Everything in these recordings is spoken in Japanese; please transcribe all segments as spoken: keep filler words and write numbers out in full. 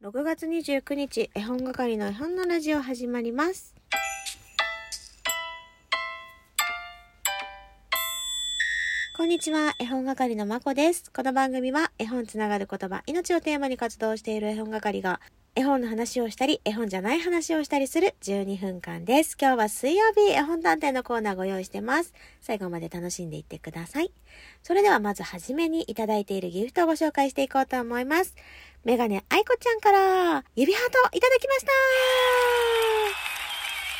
ろくがつにじゅうくにち、絵本係の絵本のラジオ始まります。こんにちは、絵本係のまこです。この番組は絵本つながる言葉、命をテーマに活動している絵本係が絵本の話をしたり、絵本じゃない話をしたりするじゅうにふんかんです。今日は水曜日、絵本探偵のコーナーご用意してます。最後まで楽しんでいってください。それではまずはじめにいただいているギフトをご紹介していこうと思います。メガネあいこちゃんから指ハートいただきました。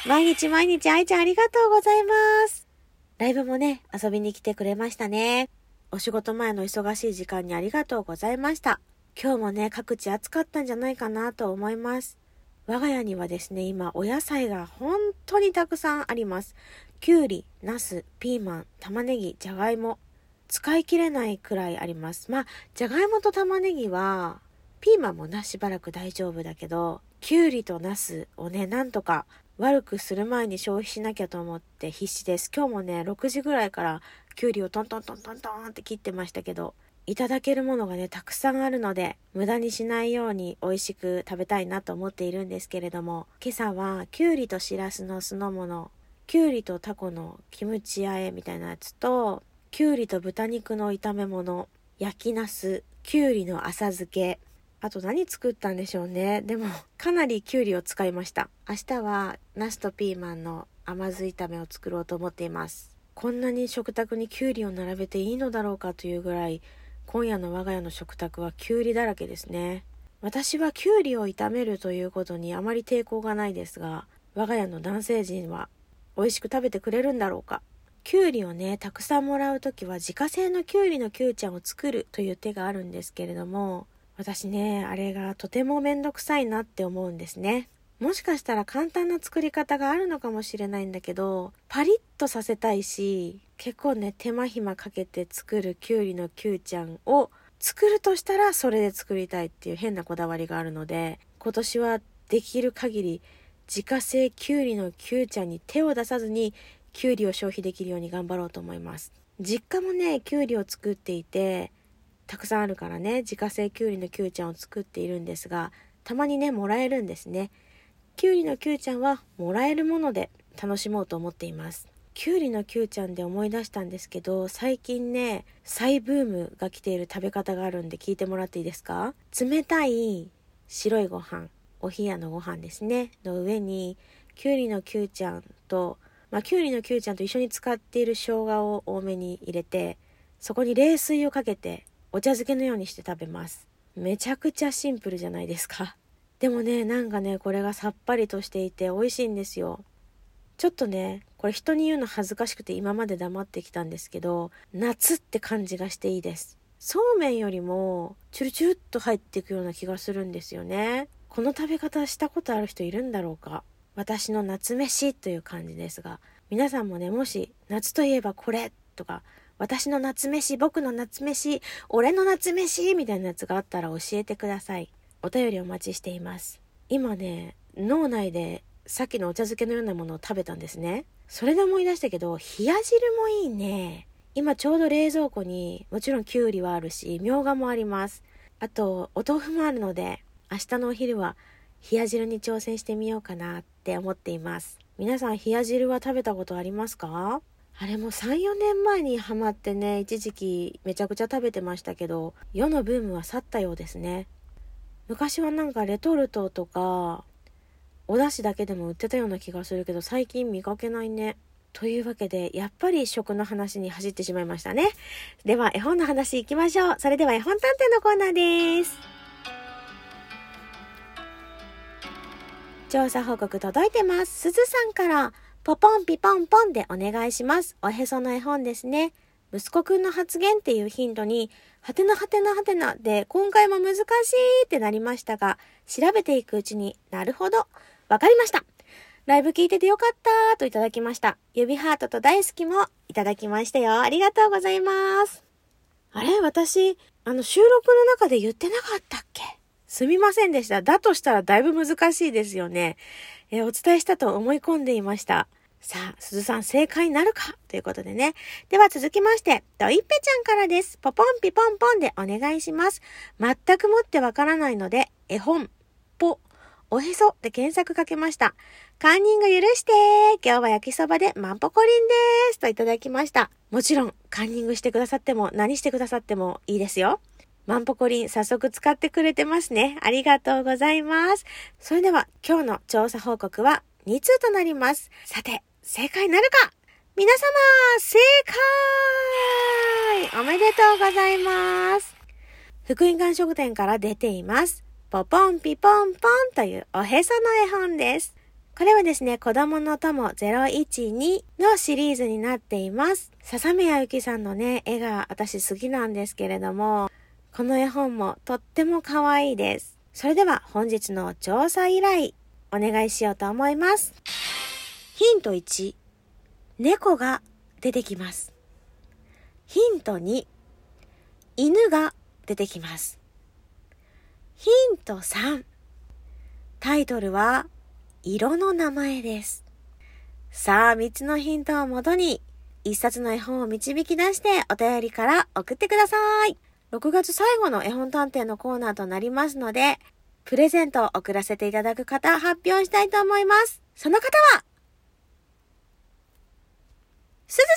毎日毎日あいちゃんありがとうございます。ライブもね、遊びに来てくれましたね。お仕事前の忙しい時間にありがとうございました。今日もね、各地暑かったんじゃないかなと思います。我が家にはですね、今お野菜が本当にたくさんあります。きゅうり、ナス、ピーマン、玉ねぎ、じゃがいも。使い切れないくらいあります。まあ、じゃがいもと玉ねぎは、ピーマンもなしばらく大丈夫だけど、きゅうりとナスをね、なんとか悪くする前に消費しなきゃと思って必死です。今日もね、ろくじぐらいからきゅうりをトントントントントンって切ってましたけど、いただけるものがね、たくさんあるので、無駄にしないように美味しく食べたいなと思っているんですけれども、今朝はきゅうりとしらすの酢の物、きゅうりとタコのキムチ和えみたいなやつと、きゅうりと豚肉の炒め物、焼きナス、きゅうりの浅漬け、あと何作ったんでしょうね。でもかなりきゅうりを使いました。明日はナスとピーマンの甘酢炒めを作ろうと思っています。こんなに食卓にきゅうりを並べていいのだろうかというぐらい、今夜の我が家の食卓はきゅうりだらけですね。私はきゅうりを炒めるということにあまり抵抗がないですが、我が家の男性陣は美味しく食べてくれるんだろうか。きゅうりをね、たくさんもらうときは自家製のきゅうりのきゅうちゃんを作るという手があるんですけれども、私ね、あれがとてもめんどくさいなって思うんですね。もしかしたら簡単な作り方があるのかもしれないんだけど、パリッとさせたいし、結構ね、手間暇かけて作るきゅうりのきゅうちゃんを作るとしたらそれで作りたいっていう変なこだわりがあるので、今年はできる限り自家製きゅうりのきゅうちゃんに手を出さずにきゅうりを消費できるように頑張ろうと思います。実家もね、きゅうりを作っていて、たくさんあるからね、自家製きゅうりのきゅうちゃんを作っているんですが、たまにね、もらえるんですね。きゅうりのきゅうちゃんはもらえるもので楽しもうと思っています。きゅうりのきゅうちゃんで思い出したんですけど、最近ね、再ブームが来ている食べ方があるんで聞いてもらっていいですか？冷たい白いご飯、お冷やのご飯ですね、の上にきゅうりのきゅうちゃんと、まあ、きゅうりのきゅうちゃんと一緒に使っている生姜を多めに入れて、そこに冷水をかけてお茶漬けのようにして食べます。めちゃくちゃシンプルじゃないですか。でもね、なんかね、これがさっぱりとしていて美味しいんですよ。ちょっとね、これ人に言うの恥ずかしくて今まで黙ってきたんですけど、夏って感じがしていいです。そうめんよりもチュルチュルっと入っていくような気がするんですよね。この食べ方したことある人いるんだろうか。私の夏飯という感じですが、皆さんもね、もし夏といえばこれとか、私の夏飯、僕の夏飯、俺の夏飯みたいなやつがあったら教えてください。お便りお待ちしています。今ね、脳内でさっきのお茶漬けのようなものを食べたんですね。それで思い出したけど、冷や汁もいいね。今ちょうど冷蔵庫にもちろんきゅうりはあるし、みょうがもあります。あとお豆腐もあるので、明日のお昼は冷や汁に挑戦してみようかなって思っています。皆さん冷や汁は食べたことありますか？あれもさん、よねんまえにハマってね、一時期めちゃくちゃ食べてましたけど、世のブームは去ったようですね。昔はなんかレトルトとかお出汁だけでも売ってたような気がするけど、最近見かけないね。というわけで、やっぱり食の話に走ってしまいましたね。では絵本の話いきましょう。それでは絵本探偵のコーナーです。調査報告届いてます。すずさんからポポンピポンポンでお願いします。おへその絵本ですね。息子くんの発言っていうヒントに、はてなはてなはてなで今回も難しいってなりましたが、調べていくうちになるほどわかりました。ライブ聞いててよかったといただきました。指ハートと大好きもいただきましたよ。ありがとうございます。あれ、私あの収録の中で言ってなかったっけ？すみませんでした。だとしたらだいぶ難しいですよね。えー、お伝えしたと思い込んでいました。さあ、すずさん正解になるかということでね。では続きまして、ドイッペちゃんからです。ポポンピポンポンでお願いします。全くもってわからないので、絵本、 ぽ、おへそで検索かけました。カンニング許して、今日は焼きそばでマンポコリンですといただきました。もちろんカンニングしてくださっても何してくださってもいいですよ。マンポコリン早速使ってくれてますね。ありがとうございます。それでは今日の調査報告はに通となります。さて、正解なるか？皆様、正解！おめでとうございます。福音館書店から出ています。ポポンピポンポンというおへその絵本です。これはですね、子供の友ゼロいちにのシリーズになっています。笹宮ゆきさんのね、絵が私好きなんですけれども、この絵本もとっても可愛いです。それでは本日の調査依頼、お願いしようと思います。ヒントいち、猫が出てきます。ヒントに、犬が出てきます。ヒントさん、タイトルは色の名前です。さあ、みっつのヒントをもとにいっさつの絵本を導き出してお便りから送ってください。ろくがつ最後の絵本探偵のコーナーとなりますので、プレゼントを送らせていただく方発表したいと思います。その方はすずさん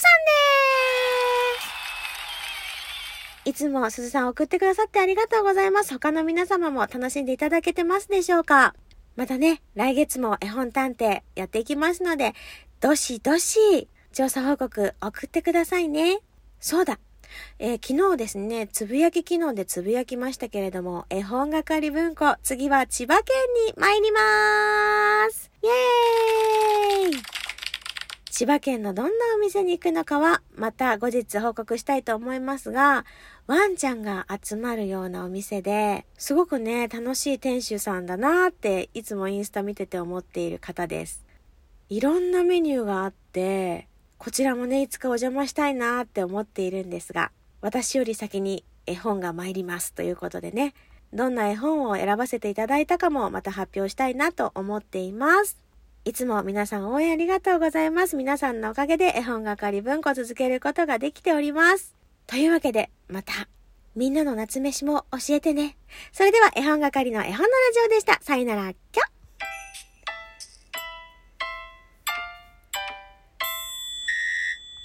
です。いつもすずさん送ってくださってありがとうございます。他の皆様も楽しんでいただけてますでしょうか？またね、来月も絵本探偵やっていきますので、どしどし調査報告送ってくださいね。そうだ、えー、昨日ですね、つぶやき機能でつぶやきましたけれども、絵本係文庫、次は千葉県に参ります。イエーイ！千葉県のどんなお店に行くのかはまた後日報告したいと思いますが、ワンちゃんが集まるようなお店で、すごくね、楽しい店主さんだなっていつもインスタ見てて思っている方です。いろんなメニューがあって、こちらもね、いつかお邪魔したいなって思っているんですが、私より先に絵本が参りますということでね、どんな絵本を選ばせていただいたかもまた発表したいなと思っています。いつも皆さん応援ありがとうございます。皆さんのおかげで絵本係文庫続けることができております。というわけで、また、みんなの夏飯も教えてね。それでは絵本係の絵本のラジオでした。さよなら、きょ。